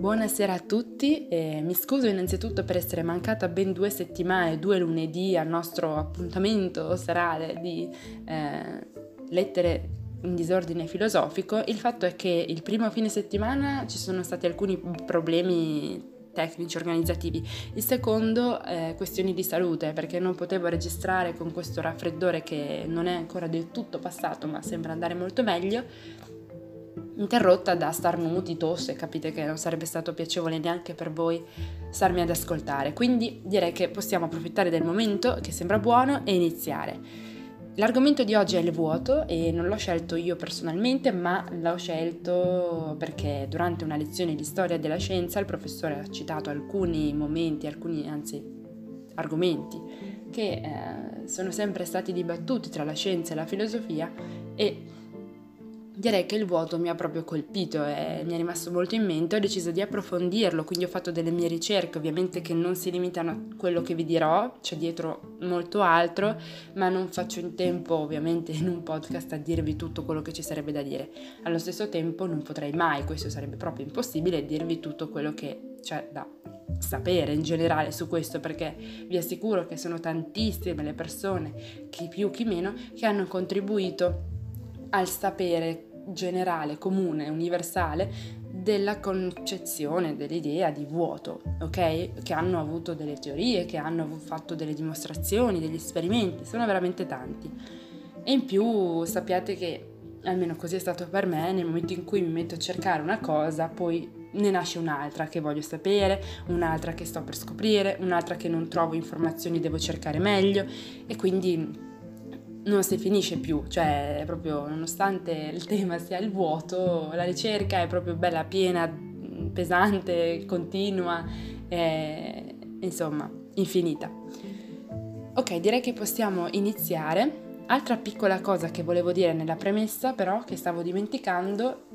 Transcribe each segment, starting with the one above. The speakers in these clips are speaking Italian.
Buonasera a tutti, mi scuso innanzitutto per essere mancata ben 2 settimane, 2 lunedì al nostro appuntamento serale di lettere in disordine filosofico. Il fatto è che il primo fine settimana ci sono stati alcuni problemi tecnici organizzativi, il secondo questioni di salute, perché non potevo registrare con questo raffreddore che non è ancora del tutto passato ma sembra andare molto meglio, interrotta da starnuti, tosse. Capite che non sarebbe stato piacevole neanche per voi starmi ad ascoltare, quindi direi che possiamo approfittare del momento che sembra buono e iniziare. L'argomento di oggi è il vuoto e non l'ho scelto io personalmente, ma l'ho scelto perché durante una lezione di storia della scienza il professore ha citato alcuni argomenti che sono sempre stati dibattuti tra la scienza e la filosofia, e direi che il vuoto mi ha proprio colpito e mi è rimasto molto in mente. Ho deciso di approfondirlo, quindi ho fatto delle mie ricerche, ovviamente che non si limitano a quello che vi dirò, c'è dietro molto altro, ma non faccio in tempo ovviamente in un podcast a dirvi tutto quello che ci sarebbe da dire. Allo stesso tempo non potrei mai, questo sarebbe proprio impossibile, dirvi tutto quello che c'è da sapere in generale su questo, perché vi assicuro che sono tantissime le persone, chi più chi meno, che hanno contribuito al sapere generale, comune, universale della concezione, dell'idea di vuoto, ok? Che hanno avuto delle teorie, che hanno fatto delle dimostrazioni, degli esperimenti, sono veramente tanti. E in più sappiate che, almeno così è stato per me, nel momento in cui mi metto a cercare una cosa, poi ne nasce un'altra che voglio sapere, un'altra che sto per scoprire, un'altra che non trovo informazioni, devo cercare meglio, e quindi non si finisce più, cioè proprio nonostante il tema sia il vuoto, la ricerca è proprio bella piena, pesante, continua, insomma, infinita. Ok, direi che possiamo iniziare. Altra piccola cosa che volevo dire nella premessa, però, che stavo dimenticando,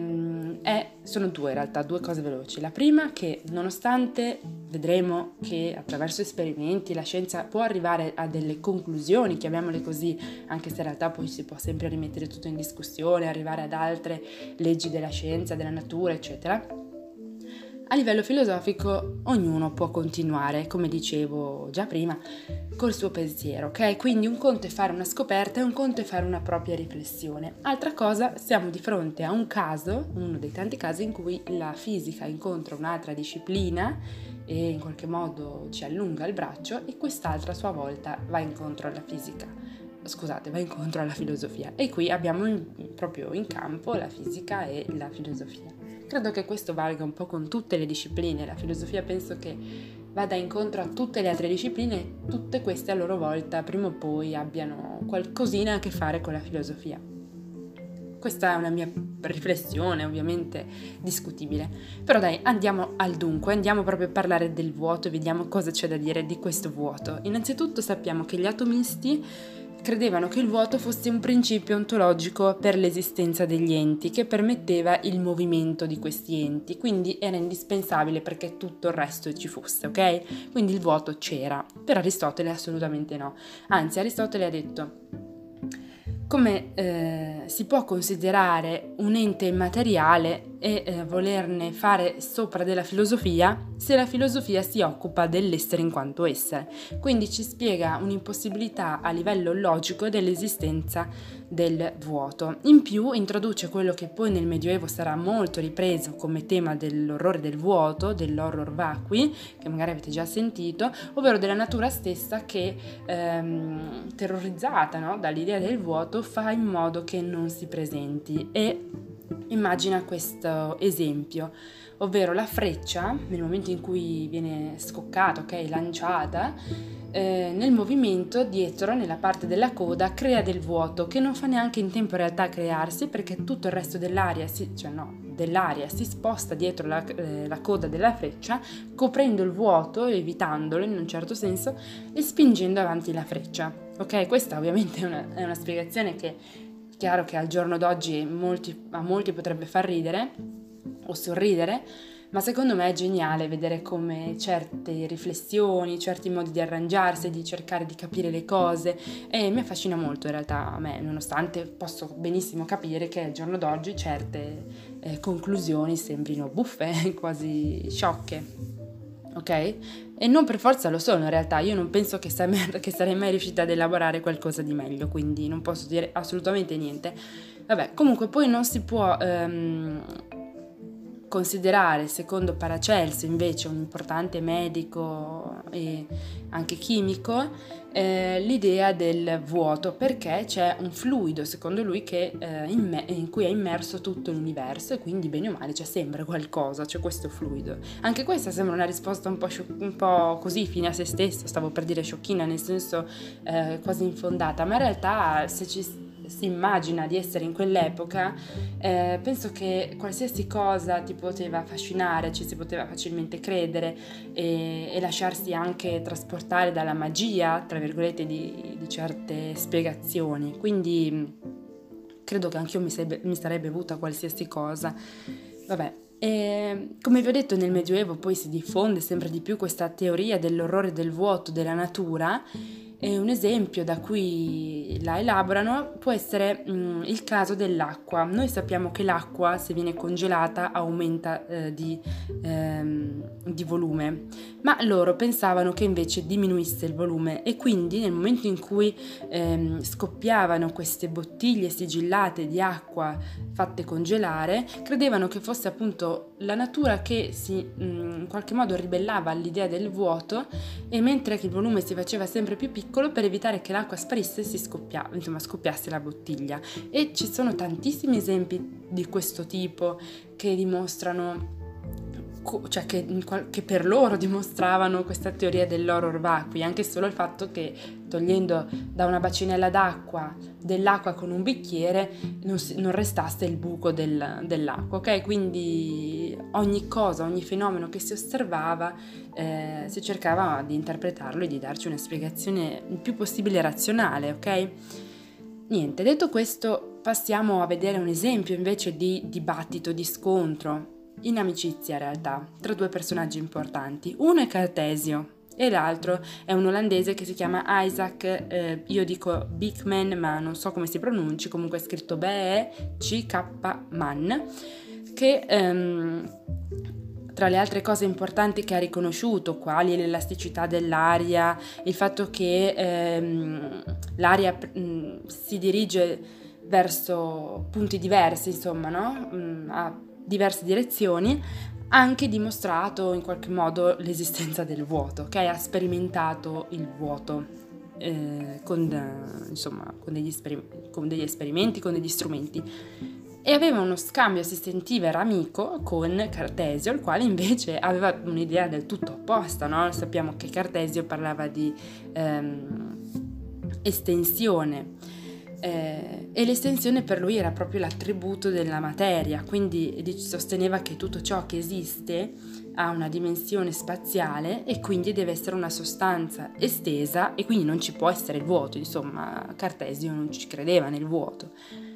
sono due in realtà, due cose veloci. La prima, che nonostante vedremo che attraverso esperimenti la scienza può arrivare a delle conclusioni, chiamiamole così, anche se in realtà poi si può sempre rimettere tutto in discussione, arrivare ad altre leggi della scienza, della natura, eccetera. A livello filosofico ognuno può continuare, come dicevo già prima, col suo pensiero, ok? Quindi un conto è fare una scoperta e un conto è fare una propria riflessione. Altra cosa, siamo di fronte a un caso, uno dei tanti casi in cui la fisica incontra un'altra disciplina e in qualche modo ci allunga il braccio, e quest'altra a sua volta va incontro alla filosofia. E qui abbiamo proprio in campo la fisica e la filosofia. Credo che questo valga un po' con tutte le discipline. La filosofia penso che vada incontro a tutte le altre discipline, tutte queste a loro volta prima o poi abbiano qualcosina a che fare con la filosofia. Questa è una mia riflessione, ovviamente discutibile. Però dai, andiamo al dunque, andiamo proprio a parlare del vuoto e vediamo cosa c'è da dire di questo vuoto. Innanzitutto sappiamo che gli atomisti credevano che il vuoto fosse un principio ontologico per l'esistenza degli enti, che permetteva il movimento di questi enti, quindi era indispensabile perché tutto il resto ci fosse, ok? Quindi il vuoto c'era. Per Aristotele assolutamente no. Anzi, Aristotele ha detto: come si può considerare un ente immateriale e volerne fare sopra della filosofia se la filosofia si occupa dell'essere in quanto essere? Quindi ci spiega un'impossibilità a livello logico dell'esistenza del vuoto. In più introduce quello che poi nel Medioevo sarà molto ripreso come tema dell'orrore del vuoto, dell'horror vacui, che magari avete già sentito, ovvero della natura stessa che, terrorizzata, no, dall'idea del vuoto, fa in modo che non si presenti. E immagina questo esempio, ovvero la freccia, nel momento in cui viene scoccata, ok, lanciata, nel movimento dietro, nella parte della coda, crea del vuoto che non fa neanche in tempo in realtà a crearsi, perché tutto il resto dell'aria si sposta dietro la coda della freccia, coprendo il vuoto, evitandolo in un certo senso e spingendo avanti la freccia. Ok, questa ovviamente è una spiegazione che chiaro che al giorno d'oggi a molti potrebbe far ridere o sorridere, ma secondo me è geniale vedere come certe riflessioni, certi modi di arrangiarsi, di cercare di capire le cose, e mi affascina molto in realtà a me, nonostante posso benissimo capire che al giorno d'oggi certe conclusioni sembrino buffe, quasi sciocche, ok? E non per forza lo sono in realtà, io non penso che sarei mai riuscita ad elaborare qualcosa di meglio, quindi non posso dire assolutamente niente. Vabbè, comunque poi non si può considerare, secondo Paracelso, invece un importante medico e anche chimico, l'idea del vuoto, perché c'è un fluido, secondo lui, che, in cui è immerso tutto l'universo, e quindi bene o male c'è sempre qualcosa, c'è questo fluido. Anche questa sembra una risposta un po' così, fine a se stesso, stavo per dire sciocchina, nel senso quasi infondata, ma in realtà se si immagina di essere in quell'epoca, penso che qualsiasi cosa ti poteva affascinare, ci si poteva facilmente credere e lasciarsi anche trasportare dalla magia, tra virgolette, di certe spiegazioni. Quindi credo che anch'io mi sarei bevuta qualsiasi cosa. Vabbè. E, come vi ho detto, nel Medioevo poi si diffonde sempre di più questa teoria dell'orrore del vuoto della natura, e un esempio da cui la elaborano può essere il caso dell'acqua. Noi sappiamo che l'acqua, se viene congelata, aumenta di volume, ma loro pensavano che invece diminuisse il volume, e quindi nel momento in cui scoppiavano queste bottiglie sigillate di acqua fatte congelare, credevano che fosse appunto la natura che si in qualche modo ribellava all'idea del vuoto, e mentre che il volume si faceva sempre più piccolo, per evitare che l'acqua sparisse scoppiasse la bottiglia. E ci sono tantissimi esempi di questo tipo che dimostrano, cioè che per loro dimostravano questa teoria dell'horror vacui, anche solo il fatto che togliendo da una bacinella d'acqua dell'acqua con un bicchiere non restasse il buco dell'acqua, ok? Quindi ogni cosa, ogni fenomeno che si osservava si cercava di interpretarlo e di darci una spiegazione il più possibile razionale, ok? Niente, detto questo, passiamo a vedere un esempio invece di dibattito, di scontro in amicizia in realtà, tra due personaggi importanti. Uno è Cartesio e l'altro è un olandese che si chiama Isaac, io dico Beeckman, ma non so come si pronunci, comunque è scritto B-E-C-K Mann, che tra le altre cose importanti che ha riconosciuto, quali l'elasticità dell'aria, il fatto che l'aria si dirige verso punti diversi, insomma, no? A diverse direzioni, ha anche dimostrato in qualche modo l'esistenza del vuoto, ok? Ha sperimentato il vuoto con degli esperimenti, con degli strumenti, e aveva uno scambio, si sentiva, era amico con Cartesio, il quale invece aveva un'idea del tutto opposta, no? Sappiamo che Cartesio parlava di estensione, e l'estensione per lui era proprio l'attributo della materia, quindi sosteneva che tutto ciò che esiste ha una dimensione spaziale e quindi deve essere una sostanza estesa, e quindi non ci può essere il vuoto. Insomma, Cartesio non ci credeva nel vuoto.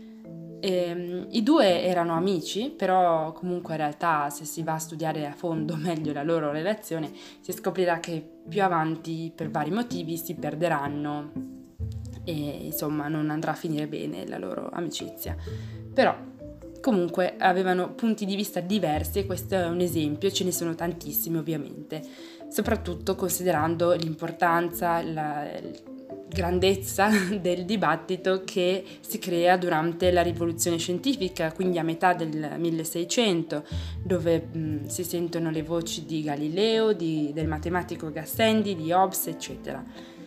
I due erano amici, però comunque in realtà, se si va a studiare a fondo meglio la loro relazione, si scoprirà che più avanti, per vari motivi, si perderanno e insomma non andrà a finire bene la loro amicizia. Però comunque avevano punti di vista diversi, e questo è un esempio, ce ne sono tantissimi ovviamente, soprattutto considerando l'importanza, la grandezza del dibattito che si crea durante la rivoluzione scientifica, quindi a metà del 1600, dove si sentono le voci di Galileo, del matematico Gassendi, di Hobbes, eccetera.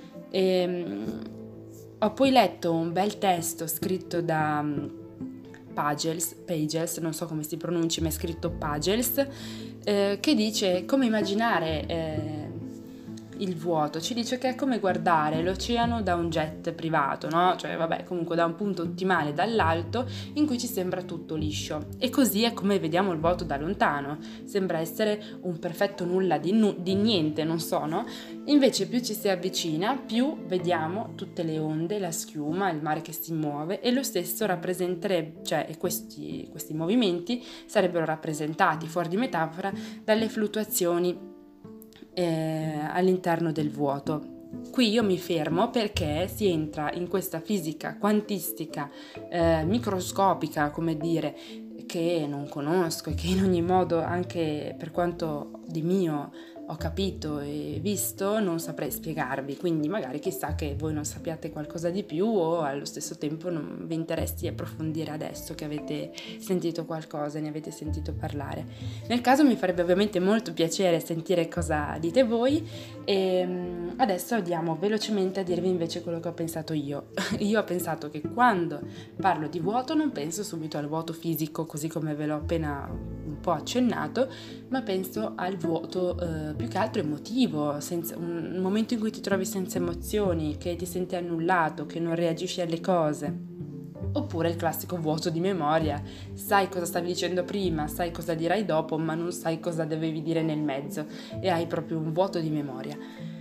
Ho poi letto un bel testo scritto da Pagels, non so come si pronunci, ma è scritto Pagels, che dice come immaginare il vuoto? Ci dice che è come guardare l'oceano da un jet privato, no? Cioè, vabbè, comunque da un punto ottimale dall'alto in cui ci sembra tutto liscio. E così è come vediamo il vuoto da lontano. Sembra essere un perfetto nulla di niente, non so, no? Invece più ci si avvicina, più vediamo tutte le onde, la schiuma, il mare che si muove, e lo stesso rappresenterebbe, cioè questi movimenti sarebbero rappresentati, fuori di metafora, dalle fluttuazioni all'interno del vuoto. Qui io mi fermo perché si entra in questa fisica quantistica microscopica, come dire, che non conosco e che in ogni modo, anche per quanto di mio ho capito e visto, non saprei spiegarvi, quindi magari chissà che voi non sappiate qualcosa di più o allo stesso tempo non vi interessi approfondire adesso che avete sentito qualcosa, ne avete sentito parlare. Nel caso mi farebbe ovviamente molto piacere sentire cosa dite voi, e adesso andiamo velocemente a dirvi invece quello che ho pensato io. Io ho pensato che quando parlo di vuoto non penso subito al vuoto fisico, così come ve l'ho appena un po' accennato, ma penso al vuoto più che altro emotivo, un momento in cui ti trovi senza emozioni, che ti senti annullato, che non reagisci alle cose. Oppure il classico vuoto di memoria, sai cosa stavi dicendo prima, sai cosa dirai dopo, ma non sai cosa dovevi dire nel mezzo e hai proprio un vuoto di memoria.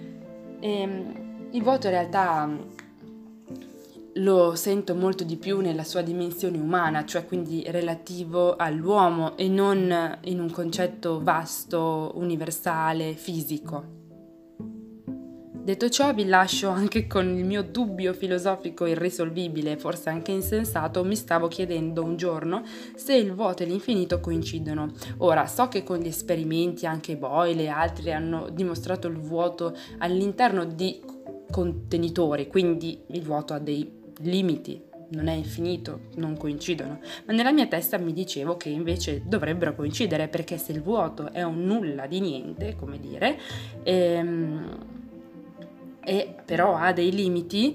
Il vuoto in realtà lo sento molto di più nella sua dimensione umana, cioè quindi relativo all'uomo e non in un concetto vasto, universale, fisico. Detto ciò, vi lascio anche con il mio dubbio filosofico irrisolvibile, forse anche insensato. Mi stavo chiedendo un giorno se il vuoto e l'infinito coincidono. Ora, so che con gli esperimenti anche Boyle e altri hanno dimostrato il vuoto all'interno di contenitori, quindi il vuoto ha dei limiti, non è infinito, non coincidono, ma nella mia testa mi dicevo che invece dovrebbero coincidere, perché se il vuoto è un nulla di niente, come dire, e però ha dei limiti,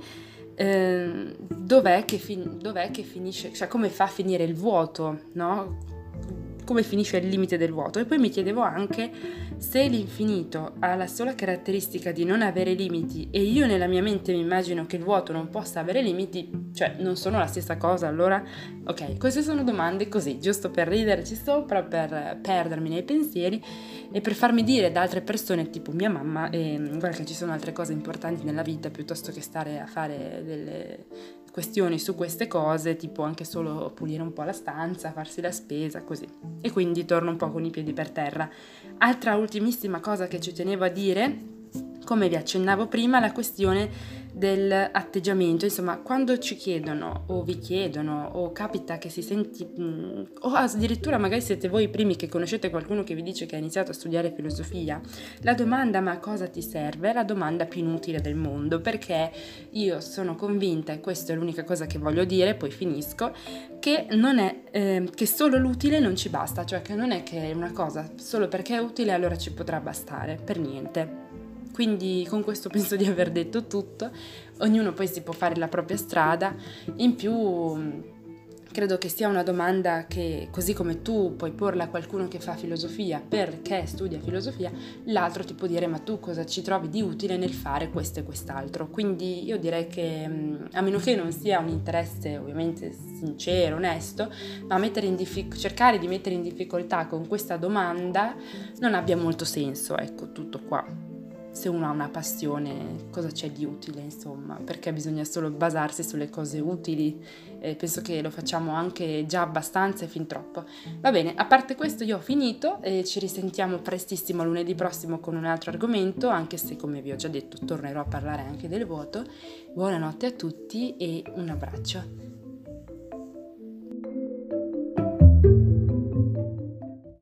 dov'è che finisce, cioè come fa a finire il vuoto, no? Come finisce il limite del vuoto? E poi mi chiedevo anche se l'infinito ha la sola caratteristica di non avere limiti e io nella mia mente mi immagino che il vuoto non possa avere limiti, cioè non sono la stessa cosa, allora ok, queste sono domande così, giusto per riderci sopra, per perdermi nei pensieri e per farmi dire da altre persone tipo mia mamma guarda che ci sono altre cose importanti nella vita piuttosto che stare a fare delle questioni su queste cose, tipo anche solo pulire un po' la stanza, farsi la spesa, così. E quindi torno un po' con i piedi per terra. Altra ultimissima cosa che ci tenevo a dire, come vi accennavo prima, la questione dell'atteggiamento. Insomma, quando ci chiedono o vi chiedono o capita che si senti o addirittura magari siete voi i primi che conoscete qualcuno che vi dice che ha iniziato a studiare filosofia, la domanda "ma a cosa ti serve?" è la domanda più inutile del mondo, perché io sono convinta, e questa è l'unica cosa che voglio dire, poi finisco, che non è che solo l'utile non ci basta, cioè che non è che una cosa solo perché è utile allora ci potrà bastare, per niente. Quindi con questo penso di aver detto tutto, ognuno poi si può fare la propria strada, in più credo che sia una domanda che, così come tu puoi porla a qualcuno che fa filosofia perché studia filosofia, l'altro ti può dire ma tu cosa ci trovi di utile nel fare questo e quest'altro. Quindi io direi che a meno che non sia un interesse ovviamente sincero, onesto, ma cercare di mettere in difficoltà con questa domanda non abbia molto senso, ecco, tutto qua. Se uno ha una passione, cosa c'è di utile, insomma, perché bisogna solo basarsi sulle cose utili, penso che lo facciamo anche già abbastanza e fin troppo. Va bene, a parte questo io ho finito e ci risentiamo prestissimo lunedì prossimo con un altro argomento, anche se come vi ho già detto tornerò a parlare anche del vuoto. Buonanotte a tutti e un abbraccio.